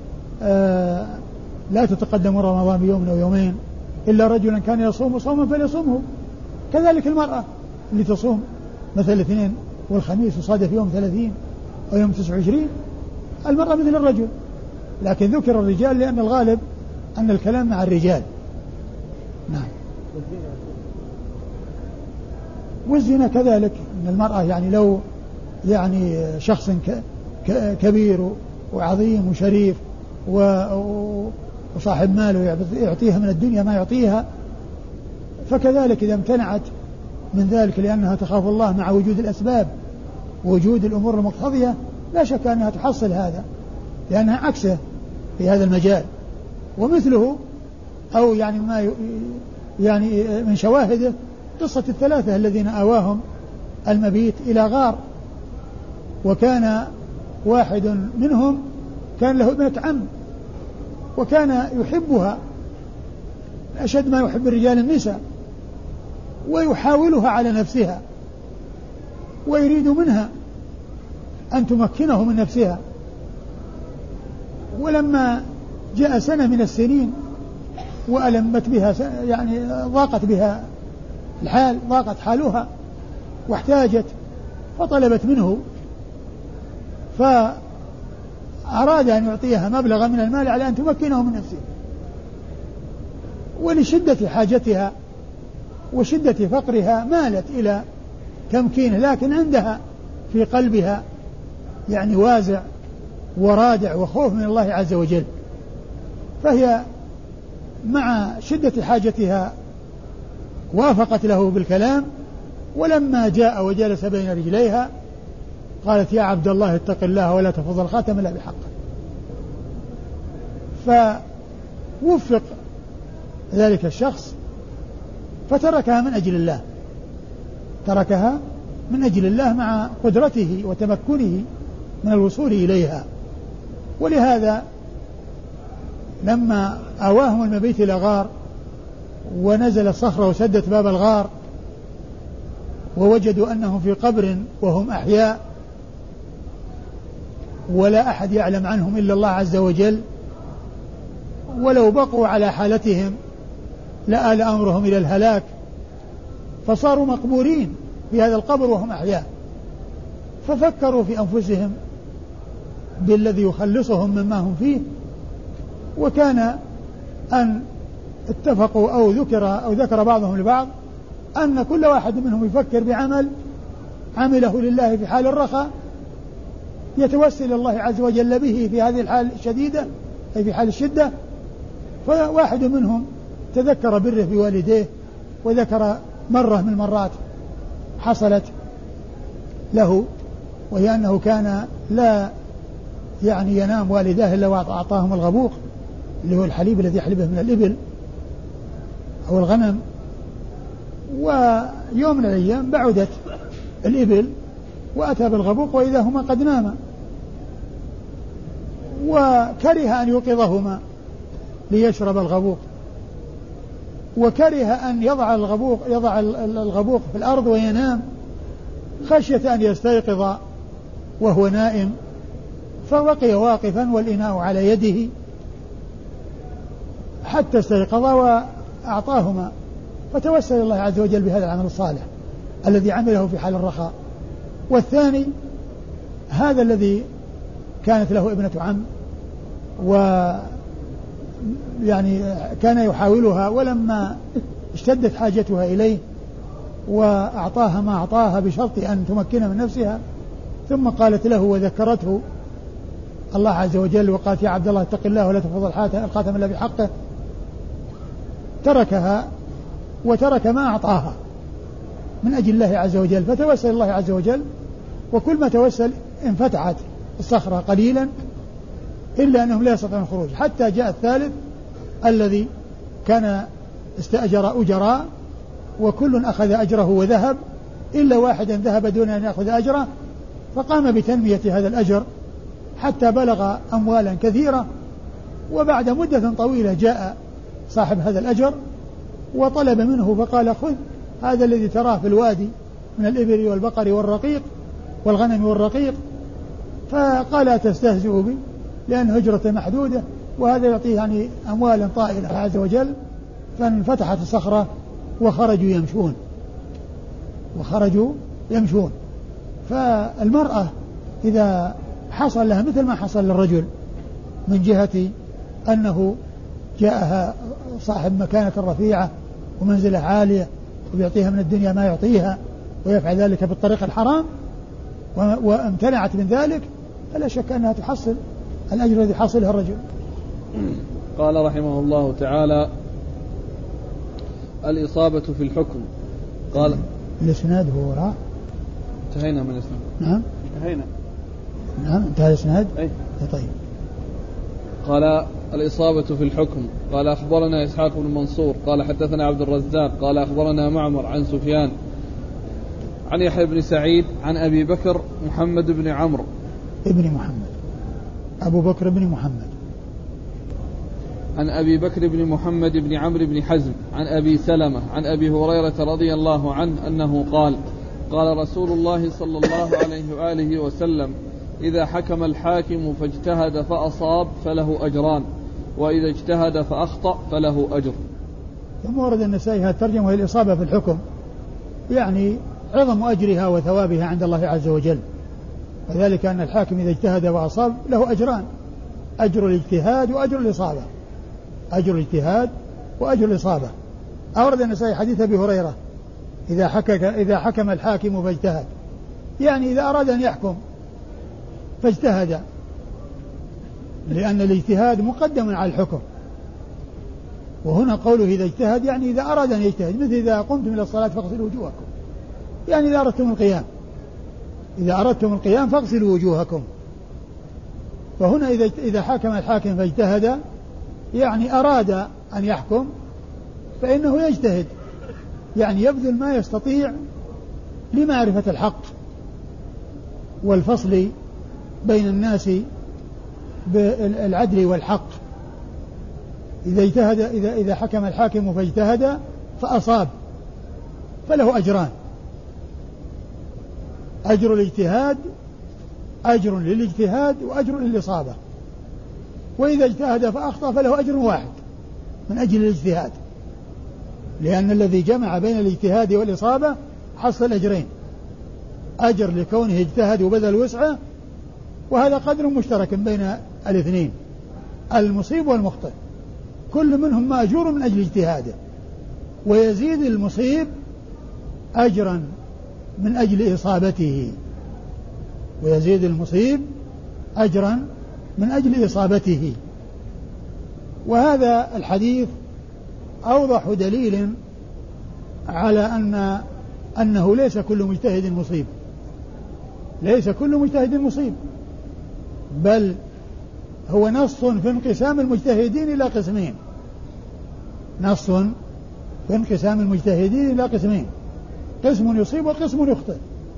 لا تتقدم رمضان بيوم أو يومين إلا رجلا كان يصوم صوما فليصومه. كذلك المرأة اللي تصوم مثل الاثنين والخميس وصادف يوم ثلاثين أو يوم تسعة وعشرين، المرأة مثل الرجل، لكن ذكر الرجال لأن الغالب أن الكلام مع الرجال. نعم. والزنا كذلك، أن المرأة يعني لو يعني شخص كبير وعظيم وشريف وصاحب ماله يعطيها من الدنيا ما يعطيها، فكذلك إذا امتنعت من ذلك لأنها تخاف الله مع وجود الأسباب ووجود الأمور المقتضية، لا شك أنها تحصل هذا، لأنها عكسه في هذا المجال. ومثله أو يعني ما يعني من شواهده قصة الثلاثة الذين آواهم المبيت إلى غار، وكان واحد منهم كان له ابنة عم وكان يحبها أشد ما يحب الرجال النساء، ويحاولها على نفسها ويريد منها أن تمكنه من نفسها. ولما جاء سنة من السنين وألمت بها يعني ضاقت بها الحال، ضاقت حالها واحتاجت، فطلبت منه، فأراد أن يعطيها مبلغا من المال على أن تمكنه من نفسه. ولشدة حاجتها وشدة فقرها مالت إلى تمكينه، لكن عندها في قلبها يعني وازع ورادع وخوف من الله عز وجل، فهي مع شدة حاجتها وافقت له بالكلام. ولما جاء وجلس بين رجليها قالت: يا عبد الله اتق الله ولا تفض الخاتم إلا بحقه. فوفق ذلك الشخص فتركها من أجل الله، تركها من أجل الله مع قدرته وتمكنه من الوصول إليها. ولهذا لما آواهم المبيت إلى غار ونزل الصخرة وسدت باب الغار ووجدوا أنهم في قبر وهم أحياء ولا أحد يعلم عنهم إلا الله عز وجل، ولو بقوا على حالتهم لآل أمرهم إلى الهلاك، فصاروا مقبورين في هذا القبر وهم أحياء. ففكروا في أنفسهم بالذي يخلصهم مما هم فيه، وكان أن اتفقوا أو ذكر أو ذكر بعضهم لبعض أن كل واحد منهم يفكر بعمل عمله لله في حال الرخاء يتوسل الله عز وجل به في هذه الحال الشديدة أي في حال الشدة، فواحد منهم تذكر بره بوالديه وذكر مرة من المرات حصلت له، وهي أنه كان لا يعني ينام والداه إلا وأعطاهم الغبوق اللي هو الحليب الذي يحلبه من الإبل أو الغنم. ويوم من الأيام بعدت الإبل وأتى بالغبوق وإذا هما قد ناما، وكره أن يوقظهما ليشرب الغبوق، وكره أن يضع الغبوق يضع الغبوق في الأرض وينام خشية أن يستيقظ وهو نائم، فبقي واقفا والإناء على يده حتى استيقظ وأعطاهما، فتوسل الله عز وجل بهذا العمل الصالح الذي عمله في حال الرخاء. والثاني هذا الذي كانت له ابنة عم و يعني كان يحاولها، ولما اشتدت حاجتها إليه وأعطاها ما أعطاها بشرط أن تمكن من نفسها، ثم قالت له وذكرته الله عز وجل وقالت يا عبد الله اتق الله ولا تفضل الخاتم إلا بحقه، تركها وترك ما أعطاها من أجل الله عز وجل، فتوسل الله عز وجل، وكل ما توسل انفتحت الصخرة قليلا إلا أنهم لا يستطيعون الخروج، حتى جاء الثالث الذي كان استأجر أجراء وكل أخذ أجره وذهب إلا واحدا ذهب دون أن يأخذ أجره، فقام بتنمية هذا الأجر حتى بلغ أموالا كثيرة. وبعد مدة طويلة جاء صاحب هذا الأجر وطلب منه فقال خذ هذا الذي تراه في الوادي من الإبل والبقر والرقيق والغنم والرقيق، فقال تستهزئ بي لأن هجرة محدودة وهذا يعطيه يعني أموالا طائلة عز وجل. فانفتحت الصخرة وخرجوا يمشون وخرجوا يمشون فالمرأة إذا حصل لها مثل ما حصل للرجل من جهة أنه جاءها صاحب مكانة رفيعة ومنزلة عالية ويعطيها من الدنيا ما يعطيها ويفعل ذلك بالطريق الحرام وامتنعت من ذلك، فلا شك أنها تحصل الأجر الذي حصلها الرجل. قال رحمه الله تعالى الإصابة في الحكم. قال الإسناد هو وراء انتهينا من الإسناد. نعم انتهينا نعم انتهى الإسناد. أي طيب. قال الإصابة في الحكم. قال أخبرنا إسحاق بن منصور قال حدثنا عبد الرزاق قال أخبرنا معمر عن سفيان عن يحيى بن سعيد عن أبي بكر محمد بن عمرو ابن محمد أبو بكر بن محمد عن أبي بكر بن محمد بن عمرو بن حزم عن أبي سلمة عن أبي هريرة رضي الله عنه أنه قال قال رسول الله صلى الله عليه وآله وسلم إذا حكم الحاكم فاجتهد فأصاب فله أجران وإذا اجتهد فأخطأ فله أجر. ثم ورد النسائي هذه الترجمة وهي الإصابة في الحكم، يعني عظم أجرها وثوابها عند الله عز وجل، وذلك أن الحاكم إذا اجتهد وأصاب له أجران، أجر الاجتهاد وأجر الإصابة، أجر الاجتهاد وأجر الإصابة. أورد النسائي حديث أبي هريرة إذا حكم, إذا حكم الحاكم فاجتهد، يعني إذا أراد أن يحكم فاجتهد، لأن الاجتهاد مقدم على الحكم، وهنا قوله إذا اجتهد يعني إذا أراد أن يجتهد، مثل إذا قمتم إلى الصلاة فاغسلوا وجوهكم، يعني إذا أردتم القيام إذا أردتم القيام فاغسلوا وجوهكم. فهنا إذا إذا حكم الحاكم فاجتهد يعني أراد أن يحكم فإنه يجتهد، يعني يبذل ما يستطيع لمعرفة الحق والفصل بين الناس بالعدل والحق. إذا اجتهد إذا إذا حكم الحاكم فاجتهد فأصاب فله أجران، أجر الاجتهاد أجر للاجتهاد وأجر للإصابة، وإذا اجتهد فأخطأ فله أجر واحد من أجل الاجتهاد، لأن الذي جمع بين الاجتهاد والإصابة حصل أجرين، أجر لكونه اجتهد وبذل وسعه، وهذا قدر مشترك بين الاثنين المصيب والمخطئ، كل منهم مأجور من أجل اجتهاده، ويزيد المصيب أجرا من أجل إصابته ويزيد المصيب أجرا من أجل إصابته. وهذا الحديث أوضح دليل على أن أنه ليس كل مجتهد مصيب، ليس كل مجتهد مصيب، بل هو نص في انقسام المجتهدين إلى قسمين، نص في انقسام المجتهدين إلى قسمين، قسم يصيب وقسم يخطئ.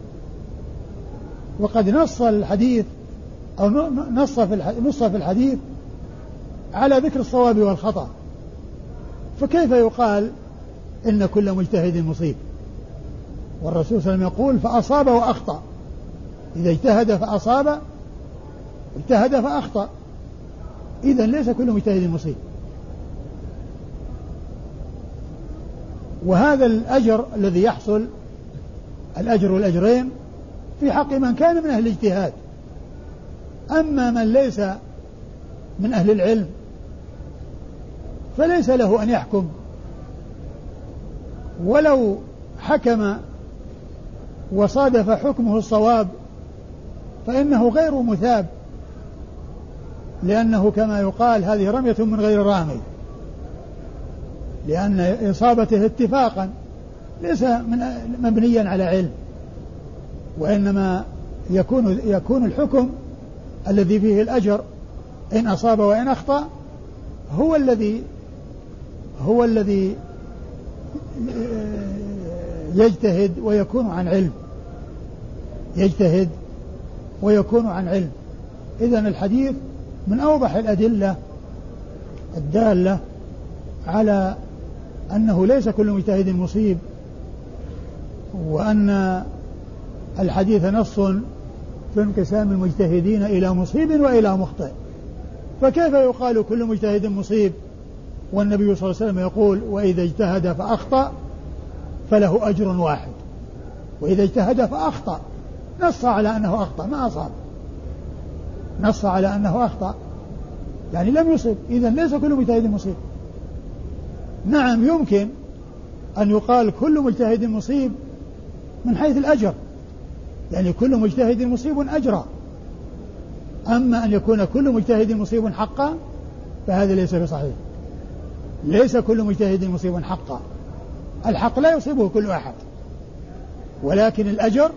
وقد نص الحديث أو نص في الحديث على ذكر الصواب والخطأ، فكيف يقال إن كل مجتهد مصيب؟ والرسول صلى الله عليه وسلم يقول فأصاب وأخطأ، إذا اجتهد فأصاب اجتهد فأخطأ، إذن ليس كل مجتهد مصيب. وهذا الأجر الذي يحصل، الأجر والأجرين، في حق من كان من أهل الاجتهاد. أما من ليس من أهل العلم فليس له أن يحكم، ولو حكم وصادف حكمه الصواب فإنه غير مثاب، لأنه كما يقال هذه رمية من غير رامي، لأن إصابته اتفاقا ليس من مبنيا على علم، وإنما يكون يكون الحكم الذي فيه الأجر إن أصاب وإن أخطأ هو الذي هو الذي يجتهد ويكون عن علم، يجتهد ويكون عن علم. إذن الحديث من أوضح الأدلة الدالة على أنه ليس كل مجتهد مصيب، وأن الحديث نص في انقسام المجتهدين إلى مصيب وإلى مخطئ. فكيف يقال كل مجتهد مصيب والنبي صلى الله عليه وسلم يقول وإذا اجتهد فأخطأ فله أجر واحد، وإذا اجتهد فأخطأ نص على أنه أخطأ ما أصاب، نص على أنه أخطأ يعني لم يصب، إذن ليس كل مجتهد مصيب. نعم يمكن أن يقال كل مجتهد مصيب من حيث الأجر، يعني كل مجتهد مصيب أجرا، أما أن يكون كل مجتهد مصيب حقا فهذا ليس بصحيح، ليس كل مجتهد مصيب حقا، الحق لا يصيبه كل أحد، ولكن الأجر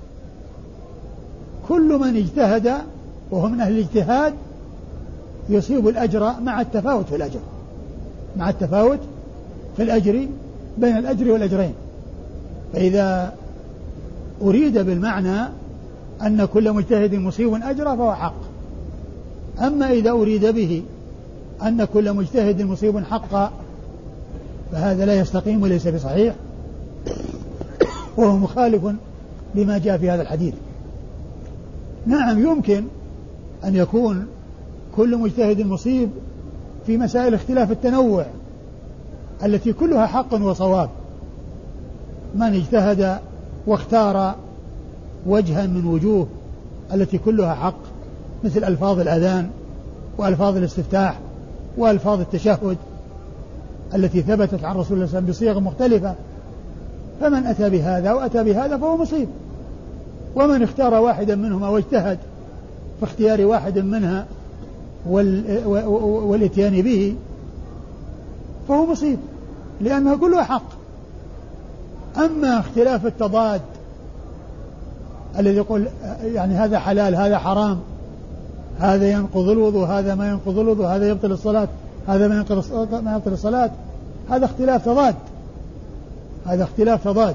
كل من اجتهد وهو من أهل الاجتهاد يصيب الأجر مع التفاوت في الأجر، مع التفاوت في الأجر بين الأجر والأجرين. فإذا أريد بالمعنى أن كل مجتهد مصيب أجرا فهو حق، أما إذا أريد به أن كل مجتهد مصيب حقا فهذا لا يستقيم وليس بصحيح، وهو مخالف لما جاء في هذا الحديث. نعم يمكن أن يكون كل مجتهد مصيب في مسائل اختلاف التنوع التي كلها حق وصواب، من اجتهد واختار وجها من وجوه التي كلها حق، مثل ألفاظ الأذان وألفاظ الاستفتاح وألفاظ التشهد التي ثبتت عن رسول الله صلى الله عليه وسلم بصيغ مختلفة، فمن أتى بهذا وأتى بهذا فهو مصيب. ومن اختار واحدا منهما واجتهد في اختيار واحد منها والاتيان به فهو مصيب، لأنها كلها حق. أما اختلاف التضاد الذي يقول يعني هذا حلال هذا حرام، هذا ينقض الوضوء هذا ما ينقض الوضوء، هذا يبطل الصلاة هذا ما ينقض ما يبطل الصلاة، هذا اختلاف تضاد، هذا اختلاف تضاد.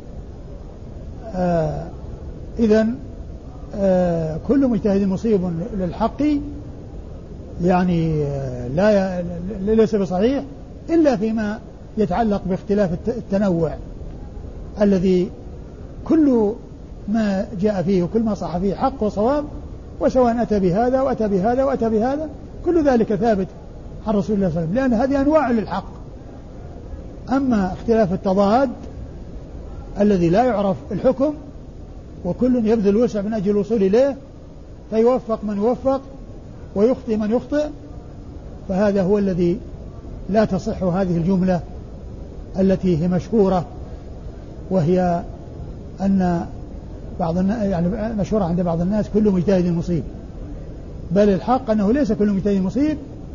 آه إذن آه كل مجتهد مصيب للحق يعني آه لا ليس بصحيح إلا فيما يتعلق باختلاف التنوع الذي كل ما جاء فيه وكل ما صح فيه حق وصواب، وسواء أتى بهذا وأتى بهذا وأتى بهذا كل ذلك ثابت عن رسول الله صلى الله عليه وسلم، لأن هذه أنواع للحق. أما اختلاف التضاد الذي لا يعرف الحكم وكل يبذل الوسع من أجل الوصول إليه فيوفق من يوفق ويخطئ من يخطئ، فهذا هو الذي لا تصح هذه الجملة التي هي مشهورة، وهي أن بعض يعني مشهورة عند بعض الناس كل مجتهد مصيب، بل الحق أنه ليس كل مجتهد مصيب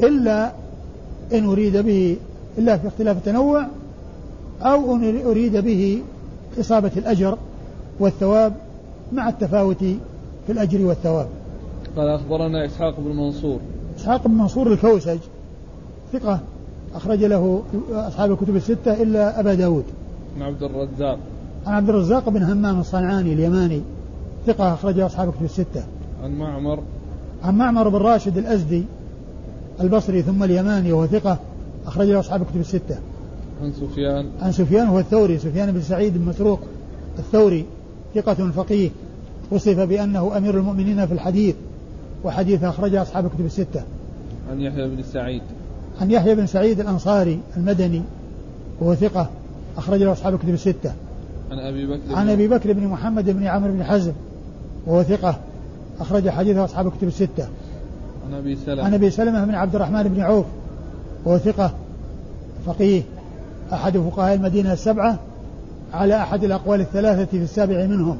إلا إن أريد به إلا في اختلاف التنوع، أو أن أريد به إصابة الأجر والثواب مع التفاوت في الأجر والثواب. قال أخبرنا إسحاق بن منصور. إسحاق بن منصور الكوسج ثقة أخرج له أصحاب الكتب الستة إلا أبا داود. عن عبد الرزاق. عن عبد الرزاق بن همام الصنعاني اليماني ثقة أخرج أصحاب الكتب الستة. عن معمر. عن معمر بن راشد الأزدي البصري ثم اليماني وهو ثقة أخرج له أصحاب الكتب الستة. عن سفيان. عن سفيان هو الثوري، سفيان بن سعيد بن مسروق الثوري ثقة فقيه، وصف بأنه أمير المؤمنين في الحديث، وحديث أخرج أصحاب الكتب الستة. عن يحيى بن سعيد. عن يحيى بن سعيد الأنصاري المدني وهو ثقة أخرج له أصحاب الكتب الستة. عن أبي بكر. عن أبي بكر بن محمد بن عمرو بن حزم وهو ثقة أخرج حديثه أصحاب الكتب الستة. عن أبي سلمة. عن أبي سلمة بن عبد الرحمن بن عوف وهو ثقة فقيه أحد فقهاء المدينة السبعة على أحد الأقوال الثلاثة في السابع منهم،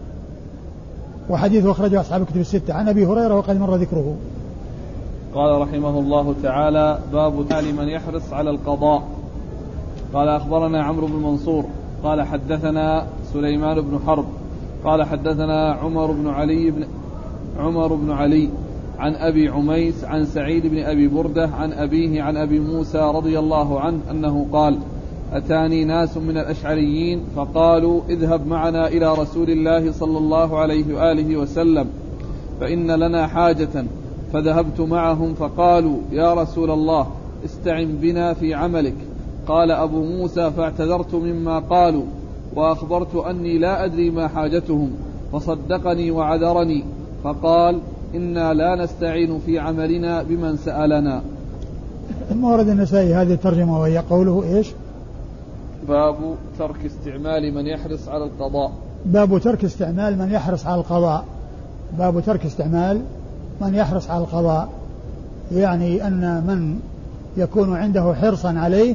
وحديثه أخرجه أصحاب الكتب الستة. عن أبي هريرة وقد مر ذكره. قال رحمه الله تعالى: باب تالي من يحرص على القضاء. قال أخبرنا عمرو بن منصور قال حدثنا سليمان بن حرب قال حدثنا عمر بن علي بن عمر بن علي عن أبي عميس عن سعيد بن أبي بردة عن أبيه عن أبي موسى رضي الله عنه أنه قال: أتاني ناس من الأشعريين فقالوا: اذهب معنا إلى رسول الله صلى الله عليه وآله وسلم فإن لنا حاجة. فذهبت معهم فقالوا: يا رسول الله استعن بنا في عملك. قال أبو موسى: فاعتذرت مما قالوا وأخبرت أني لا أدري ما حاجتهم، فصدقني وعذرني، فقال: إنا لا نستعين في عملنا بمن سألنا. ثم ورد النسائي هذه الترجمة وهي قوله إيش؟ باب ترك استعمال من يحرص على القضاء. باب ترك استعمال من يحرص على القضاء. باب ترك استعمال من يحرص على القضاء، يعني أن من يكون عنده حرصا عليه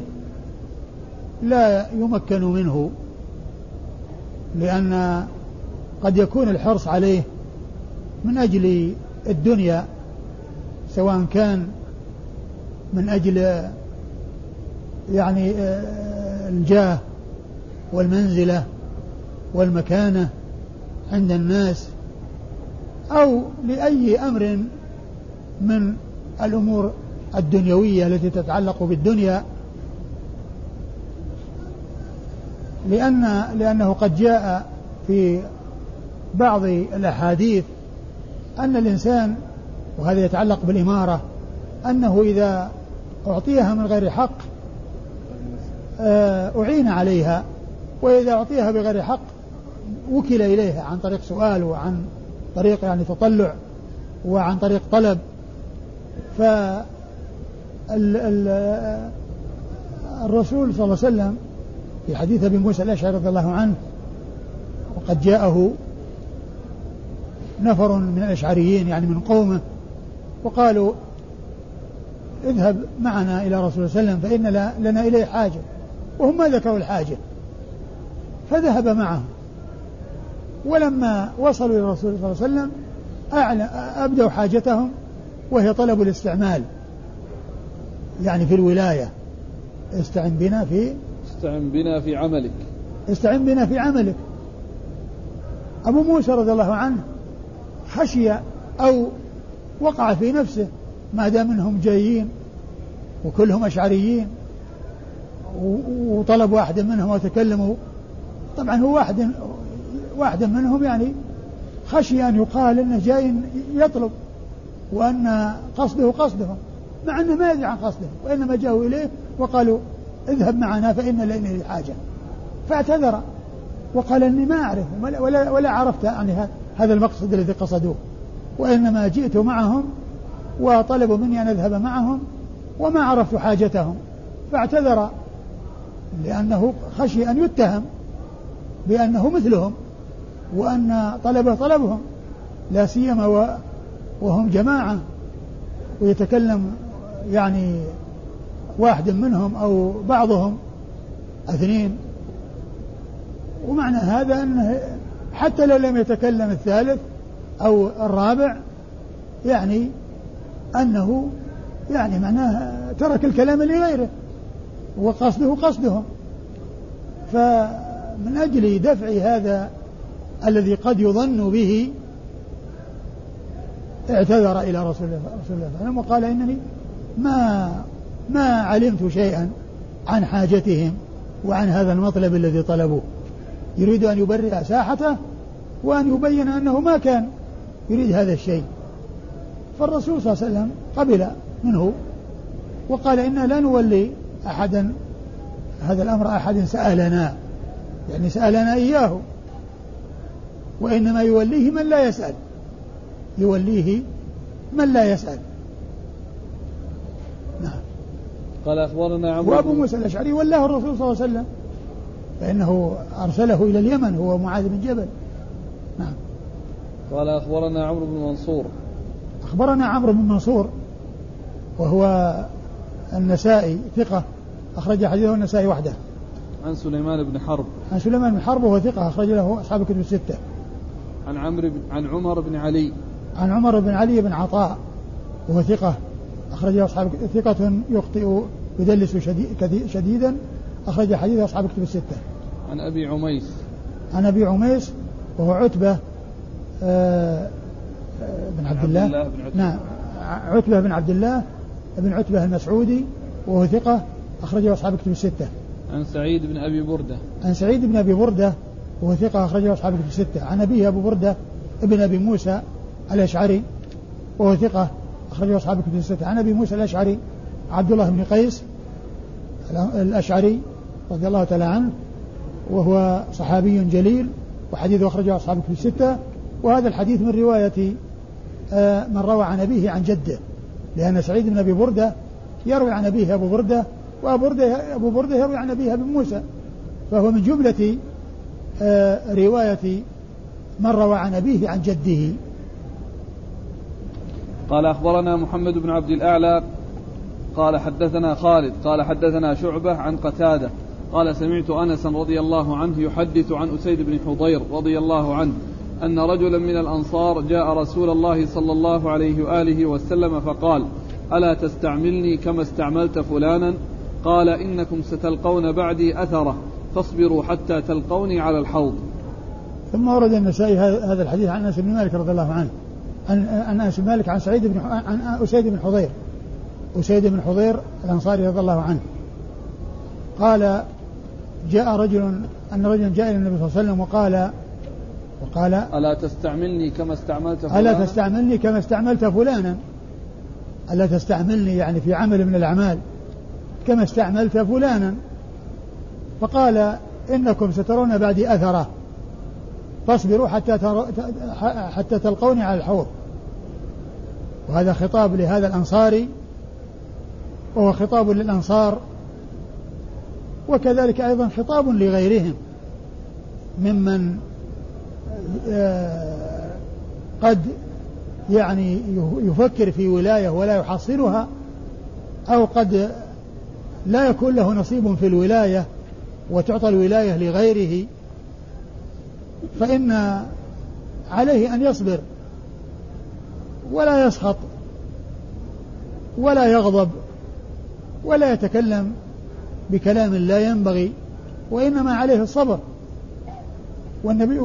لا يمكن منه، لأن قد يكون الحرص عليه من أجل الدنيا، سواء كان من أجل يعني الجاه والمنزلة والمكانة عند الناس، أو لأي أمر من الأمور الدنيوية التي تتعلق بالدنيا، لأن لأنه قد جاء في بعض الأحاديث أن الإنسان، وهذا يتعلق بالإمارة، أنه إذا أعطيها من غير حق أعين عليها، وإذا أعطيها بغير حق وكل إليها عن طريق سؤال وعن طريق يعني تطلع وعن طريق طلب. فالرسول صلى الله عليه وسلم في حديث أبي موسى الأشعري رضي الله عنه، وقد جاءه نفر من الأشعريين يعني من قومه وقالوا: اذهب معنا إلى رسول الله صلى الله عليه وسلم فإن لنا إليه حاجة، وهم ما ذكروا الحاجة، فذهب معهم. ولما وصلوا إلى الرسول صلى الله عليه وسلم أبدوا حاجتهم، وهي طلب الاستعمال يعني في الولاية. استعن بنا في استعن بنا في عملك استعن بنا في عملك. أبو موسى رضي الله عنه خشي أو وقع في نفسه ما دام منهم جايين وكلهم أشعريين وطلب واحد منهم وتكلموا، طبعا هو واحد واحد منهم يعني خشي أن يقال أنه جاي يطلب وأن قصده قصدهم، مع أنه ما يدري عن قصدهم، وإنما جاءوا إليه وقالوا: اذهب معنا فإن لنا حاجة. فاعتذر وقال: إني ما أعرف ولا, ولا عرفت يعني هذا المقصد الذي قصدوه، وإنما جئت معهم وطلبوا مني أن أذهب معهم وما عرفت حاجتهم. فاعتذر لأنه خشي أن يتهم بأنه مثلهم وأن طلبه طلبهم، لا سيما وهم جماعة ويتكلم يعني واحد منهم أو بعضهم اثنين. ومعنى هذا أنه حتى لو لم يتكلم الثالث أو الرابع يعني أنه يعني معناه ترك الكلام لغيره وقصده قصدهم. فمن أجل دفع هذا الذي قد يظن به اعتذر إلى رسول الله صلى الله عليه وسلم وقال إنني ما ما علمت شيئا عن حاجتهم وعن هذا المطلب الذي طلبوه. يريد أن يبرئ ساحته وأن يبين أنه ما كان يريد هذا الشيء. فالرسول صلى الله عليه وسلم قبل منه وقال إنا لا نولي أحدا هذا الأمر أحد سألنا، يعني سألنا إياه، وإنما يوليه من لا يسأل، يوليه من لا يسأل. نعم. قال أخبرنا عمرو وأبو موسى الأشعري ولاه الرسول صلى الله عليه وسلم فإنه أرسله إلى اليمن هو معاذ بن جبل. نعم. قال أخبرنا عمرو بن منصور أخبرنا عمرو بن منصور وهو النسائي ثقة أخرج حديثه النسائي وحده. عن سليمان بن حرب عن سليمان بن حرب وهو ثقة أخرج له أصحاب الكتب الستة. عن عمرو عن عمر بن علي عن عمر بن علي بن عطاء وهو ثقة أخرج أصحاب ثقة يخطئ يدلس شديد شديدا أخرج حديث أصحاب الكتب الستة. عن أبي عميس عن أبي عميس وهو عتبة آه بن عبد الله, الله بن عتبة. نعم عتبة بن عبد الله بن عتبة المسعودي وهو ثقة أخرجه أصحاب الكتب الستة. عن سعيد بن أبي بردة عن سعيد بن أبي بردة وهو ثقة أخرجه أصحاب الكتب الستة. عن أبيه أبو بردة ابن أبي موسى الأشعري وهو ثقة أخرجه أصحاب الكتب الستة. عن أبي موسى الأشعري عبد الله بن قيس الأشعري رضي الله تعالى عنه وهو صحابي جليل وحديثه أخرجه أصحاب الكتب الستة. وهذا الحديث من رواية من روى عن أبيه عن جده، لأن سعيد بن أبي بردة يروي عن أبيه أبو بردة وأبو بردة, أبو بردة يروي عن أبيه أبي موسى، فهو من جملة رواية من روى عن أبيه عن جده. قال أخبرنا محمد بن عبد الأعلى قال حدثنا خالد قال حدثنا شعبة عن قتادة قال سمعت أنسا رضي الله عنه يحدث عن أسيد بن حضير رضي الله عنه أن رجلا من الأنصار جاء رسول الله صلى الله عليه وآله وسلم فقال ألا تستعملني كما استعملت فلانا؟ قال إنكم ستلقون بعدي أثرة فاصبروا حتى تلقوني على الحوض. ثم ورد النسائي هذا الحديث عن أنس بن مالك رضي الله عنه عن أنس بن مالك عن سعيد بن عن أسيد بن حضير أسيد بن حضير الأنصاري رضي الله عنه قال جاء رجل أن رجلا جاء إلى النبي صلى الله عليه وسلم وقال وقال ألا تستعملني كما استعملت فلانا؟ ألا تستعملني كما استعملت فلانا؟ ألا تستعملني يعني في عمل من الأعمال كما استعملت فلانا؟ فقال إنكم سترون بعدي أثرة فاصبروا حتى تر... حتى تلقوني على الحوض. وهذا خطاب لهذا الأنصاري وهو خطاب للأنصار وكذلك أيضا خطاب لغيرهم ممن قد يعني يفكر في ولاية ولا يحصلها أو قد لا يكون له نصيب في الولاية وتعطى الولاية لغيره، فإن عليه أن يصبر ولا يسخط ولا يغضب ولا يتكلم بكلام لا ينبغي، وإنما عليه الصبر. والنبي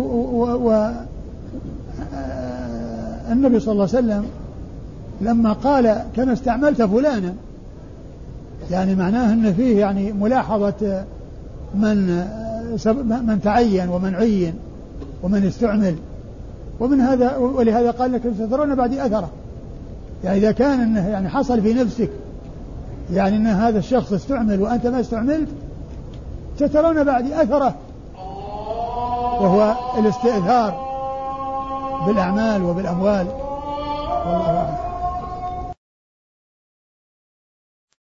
والنبي صلى الله عليه وسلم لما قال كما استعملت فلانا يعني معناه أن فيه يعني ملاحظة من من تعين ومن عين ومن استعمل، ومن هذا ولهذا قال لك سترون بعدي أثره، يعني إذا كان إنه يعني حصل في نفسك يعني أن هذا الشخص استعمل وأنت ما استعملت سترون بعدي أثره، وهو الاستئثار بالأعمال وبالأموال. والله أعلم.